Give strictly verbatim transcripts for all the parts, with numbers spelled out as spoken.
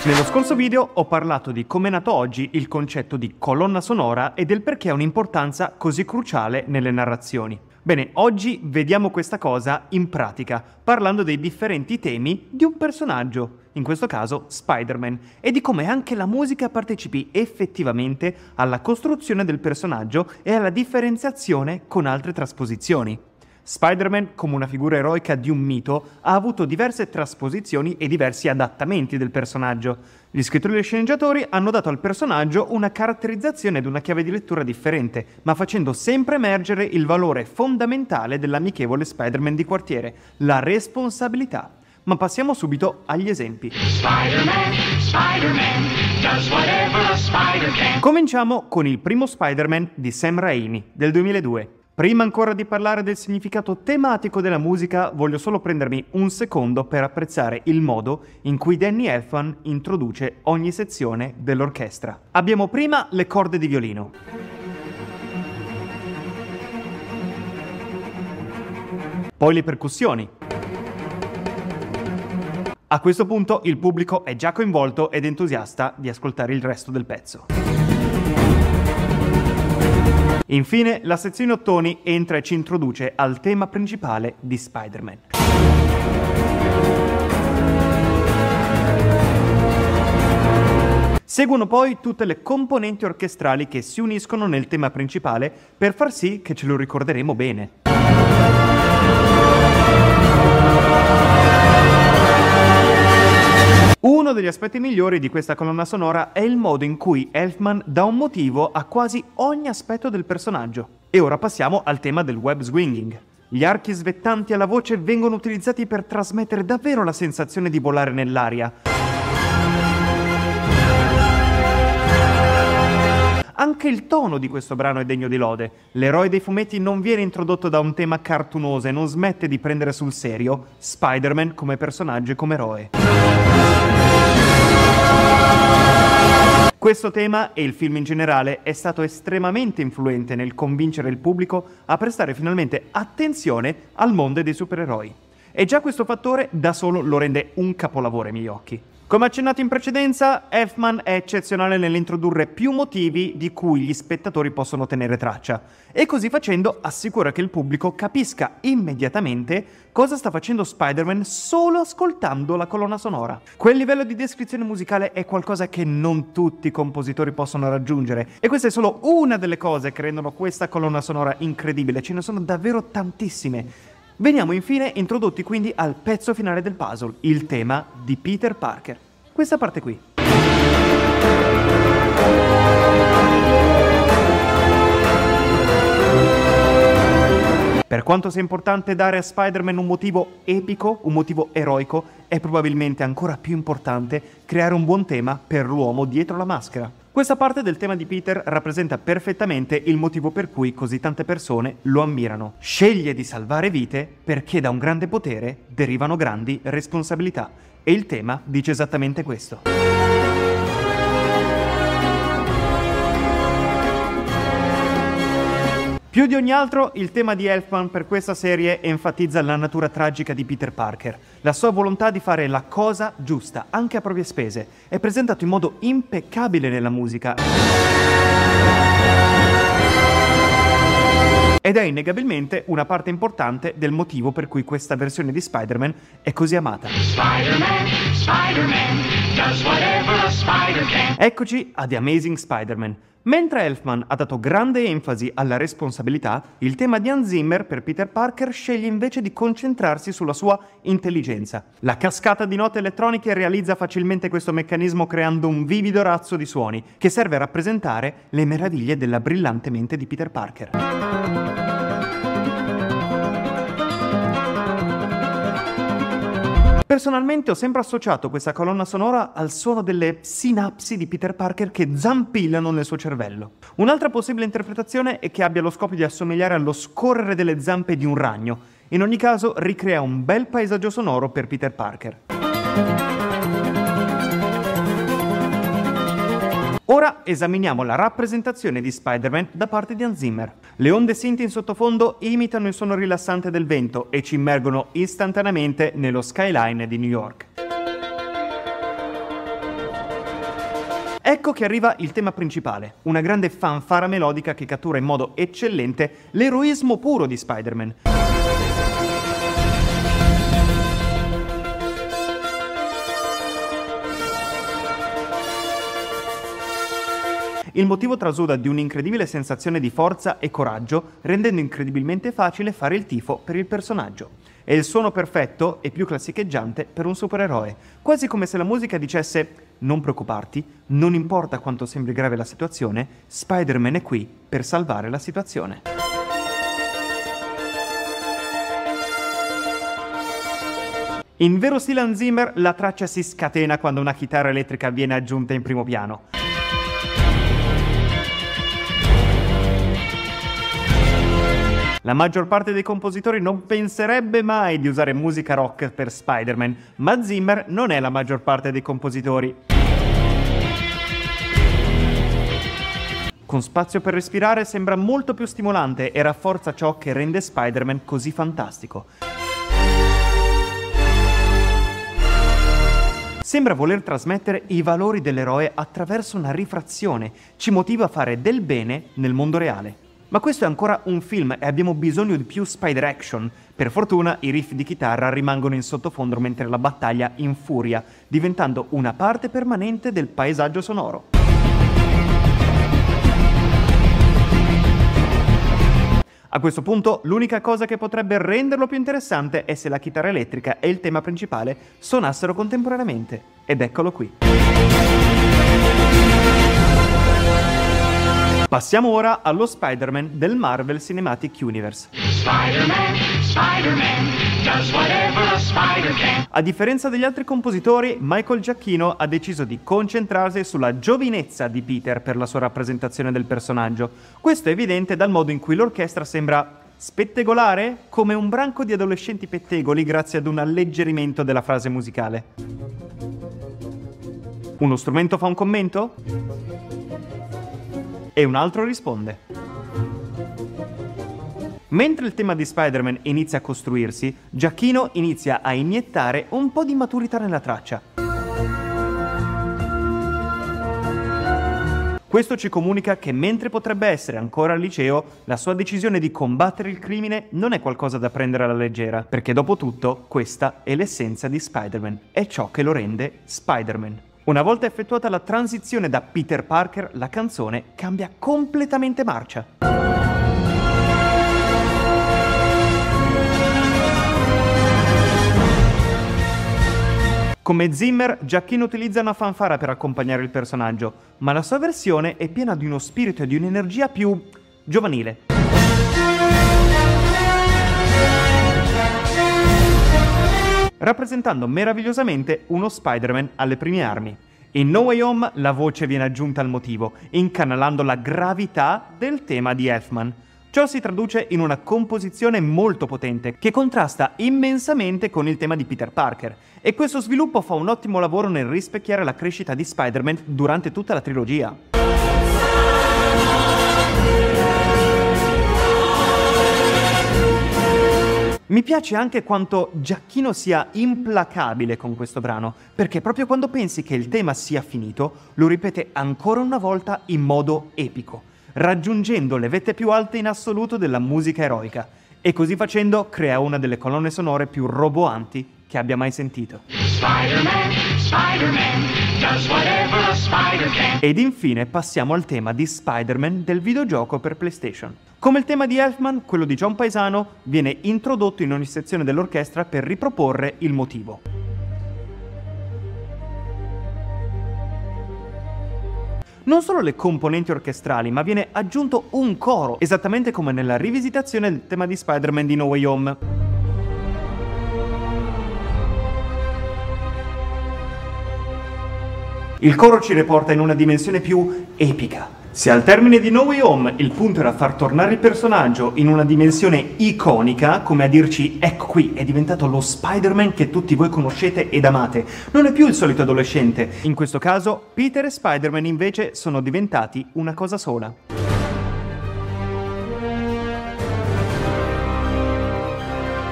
Nello scorso video ho parlato di come è nato oggi il concetto di colonna sonora e del perché ha un'importanza così cruciale nelle narrazioni. Bene, oggi vediamo questa cosa in pratica, parlando dei differenti temi di un personaggio, in questo caso Spider-Man, e di come anche la musica partecipi effettivamente alla costruzione del personaggio e alla differenziazione con altre trasposizioni. Spider-Man, come una figura eroica di un mito, ha avuto diverse trasposizioni e diversi adattamenti del personaggio. Gli scrittori e gli sceneggiatori hanno dato al personaggio una caratterizzazione ed una chiave di lettura differente, ma facendo sempre emergere il valore fondamentale dell'amichevole Spider-Man di quartiere, la responsabilità. Ma passiamo subito agli esempi. Spider-Man, Spider-Man, does whatever a spider can. Cominciamo con il primo Spider-Man di Sam Raimi, del duemiladue. Prima ancora di parlare del significato tematico della musica, voglio solo prendermi un secondo per apprezzare il modo in cui Danny Elfman introduce ogni sezione dell'orchestra. Abbiamo prima le corde di violino. Poi le percussioni. A questo punto il pubblico è già coinvolto ed entusiasta di ascoltare il resto del pezzo. Infine, la sezione ottoni entra e ci introduce al tema principale di Spider-Man. Seguono poi tutte le componenti orchestrali che si uniscono nel tema principale per far sì che ce lo ricorderemo bene. Uno degli aspetti migliori di questa colonna sonora è il modo in cui Elfman dà un motivo a quasi ogni aspetto del personaggio. E ora passiamo al tema del web swinging. Gli archi svettanti alla voce vengono utilizzati per trasmettere davvero la sensazione di volare nell'aria. Anche il tono di questo brano è degno di lode. L'eroe dei fumetti non viene introdotto da un tema cartunoso e non smette di prendere sul serio Spider-Man come personaggio e come eroe. Questo tema, e il film in generale, è stato estremamente influente nel convincere il pubblico a prestare finalmente attenzione al mondo dei supereroi. E già questo fattore da solo lo rende un capolavoro ai miei occhi. Come accennato in precedenza, Elfman è eccezionale nell'introdurre più motivi di cui gli spettatori possono tenere traccia, e così facendo assicura che il pubblico capisca immediatamente cosa sta facendo Spider-Man solo ascoltando la colonna sonora. Quel livello di descrizione musicale è qualcosa che non tutti i compositori possono raggiungere, e questa è solo una delle cose che rendono questa colonna sonora incredibile, ce ne sono davvero tantissime. Veniamo infine introdotti quindi al pezzo finale del puzzle, il tema di Peter Parker. Questa parte qui. Per quanto sia importante dare a Spider-Man un motivo epico, un motivo eroico, è probabilmente ancora più importante creare un buon tema per l'uomo dietro la maschera. Questa parte del tema di Peter rappresenta perfettamente il motivo per cui così tante persone lo ammirano. Sceglie di salvare vite perché da un grande potere derivano grandi responsabilità. E il tema dice esattamente questo. Più di ogni altro, il tema di Elfman per questa serie enfatizza la natura tragica di Peter Parker, la sua volontà di fare la cosa giusta, anche a proprie spese. È presentato in modo impeccabile nella musica. Ed è innegabilmente una parte importante del motivo per cui questa versione di Spider-Man è così amata. Spider-Man, Spider-Man, does whatever a spider can. Eccoci a The Amazing Spider-Man. Mentre Elfman ha dato grande enfasi alla responsabilità, il tema di Hans Zimmer per Peter Parker sceglie invece di concentrarsi sulla sua intelligenza. La cascata di note elettroniche realizza facilmente questo meccanismo creando un vivido razzo di suoni che serve a rappresentare le meraviglie della brillante mente di Peter Parker. Personalmente ho sempre associato questa colonna sonora al suono delle sinapsi di Peter Parker che zampillano nel suo cervello. Un'altra possibile interpretazione è che abbia lo scopo di assomigliare allo scorrere delle zampe di un ragno. In ogni caso ricrea un bel paesaggio sonoro per Peter Parker. Ora esaminiamo la rappresentazione di Spider-Man da parte di Hans Zimmer. Le onde synth in sottofondo imitano il suono rilassante del vento e ci immergono istantaneamente nello skyline di New York. Ecco che arriva il tema principale, una grande fanfara melodica che cattura in modo eccellente l'eroismo puro di Spider-Man. Il motivo trasuda di un'incredibile sensazione di forza e coraggio, rendendo incredibilmente facile fare il tifo per il personaggio. E il suono perfetto e più classicheggiante per un supereroe, quasi come se la musica dicesse: non preoccuparti, non importa quanto sembri grave la situazione, Spider-Man è qui per salvare la situazione. In vero stile Hans Zimmer, la traccia si scatena quando una chitarra elettrica viene aggiunta in primo piano. La maggior parte dei compositori non penserebbe mai di usare musica rock per Spider-Man, ma Zimmer non è la maggior parte dei compositori. Con spazio per respirare sembra molto più stimolante e rafforza ciò che rende Spider-Man così fantastico. Sembra voler trasmettere i valori dell'eroe attraverso una rifrazione, ci motiva a fare del bene nel mondo reale. Ma questo è ancora un film e abbiamo bisogno di più spider action. Per fortuna i riff di chitarra rimangono in sottofondo mentre la battaglia infuria, diventando una parte permanente del paesaggio sonoro. A questo punto l'unica cosa che potrebbe renderlo più interessante è se la chitarra elettrica e il tema principale suonassero contemporaneamente. Ed eccolo qui. Passiamo ora allo Spider-Man del Marvel Cinematic Universe. Spider-Man, Spider-Man, does whatever a spider can. A differenza degli altri compositori, Michael Giacchino ha deciso di concentrarsi sulla giovinezza di Peter per la sua rappresentazione del personaggio. Questo è evidente dal modo in cui l'orchestra sembra spettegolare come un branco di adolescenti pettegoli grazie ad un alleggerimento della frase musicale. Uno strumento fa un commento? E un altro risponde. Mentre il tema di Spider-Man inizia a costruirsi, Giacchino inizia a iniettare un po' di maturità nella traccia. Questo ci comunica che mentre potrebbe essere ancora al liceo, la sua decisione di combattere il crimine non è qualcosa da prendere alla leggera, perché dopo tutto questa è l'essenza di Spider-Man, è ciò che lo rende Spider-Man. Una volta effettuata la transizione da Peter Parker, la canzone cambia completamente marcia. Come Zimmer, Giacchino utilizza una fanfara per accompagnare il personaggio, ma la sua versione è piena di uno spirito e di un'energia più giovanile. Rappresentando meravigliosamente uno Spider-Man alle prime armi. In No Way Home la voce viene aggiunta al motivo, incanalando la gravità del tema di Elfman. Ciò si traduce in una composizione molto potente, che contrasta immensamente con il tema di Peter Parker, e questo sviluppo fa un ottimo lavoro nel rispecchiare la crescita di Spider-Man durante tutta la trilogia. Mi piace anche quanto Giacchino sia implacabile con questo brano, perché proprio quando pensi che il tema sia finito, lo ripete ancora una volta in modo epico, raggiungendo le vette più alte in assoluto della musica eroica, e così facendo crea una delle colonne sonore più roboanti che abbia mai sentito. Spider-Man, Spider-Man, does whatever a spider can. Ed infine passiamo al tema di Spider-Man del videogioco per PlayStation. Come il tema di Elfman, quello di John Paesano viene introdotto in ogni sezione dell'orchestra per riproporre il motivo. Non solo le componenti orchestrali, ma viene aggiunto un coro, esattamente come nella rivisitazione del tema di Spider-Man di No Way Home. Il coro ci riporta in una dimensione più epica. Se al termine di No Way Home il punto era far tornare il personaggio in una dimensione iconica, come a dirci ecco qui, è diventato lo Spider-Man che tutti voi conoscete ed amate, non è più il solito adolescente. In questo caso, Peter e Spider-Man invece sono diventati una cosa sola.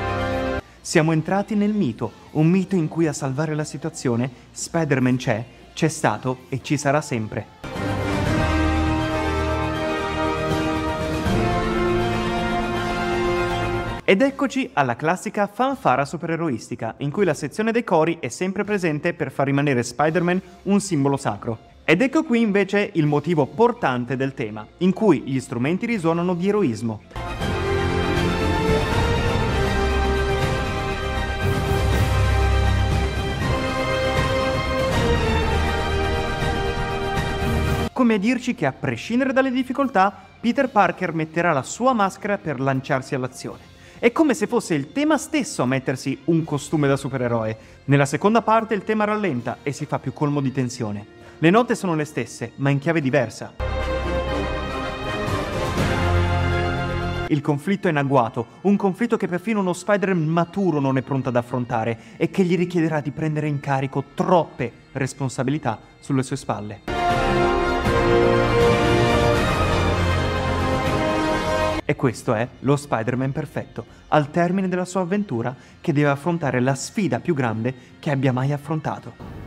Siamo entrati nel mito, un mito in cui a salvare la situazione Spider-Man c'è c'è stato e ci sarà sempre. Ed eccoci alla classica fanfara supereroistica, in cui la sezione dei cori è sempre presente per far rimanere Spider-Man un simbolo sacro. Ed ecco qui invece il motivo portante del tema, in cui gli strumenti risuonano di eroismo. Come a dirci che a prescindere dalle difficoltà, Peter Parker metterà la sua maschera per lanciarsi all'azione. È come se fosse il tema stesso a mettersi un costume da supereroe. Nella seconda parte il tema rallenta e si fa più colmo di tensione. Le note sono le stesse, ma in chiave diversa. Il conflitto è in agguato, un conflitto che perfino uno Spider-Man maturo non è pronto ad affrontare e che gli richiederà di prendere in carico troppe responsabilità sulle sue spalle. E questo è lo Spider-Man perfetto, al termine della sua avventura, che deve affrontare la sfida più grande che abbia mai affrontato.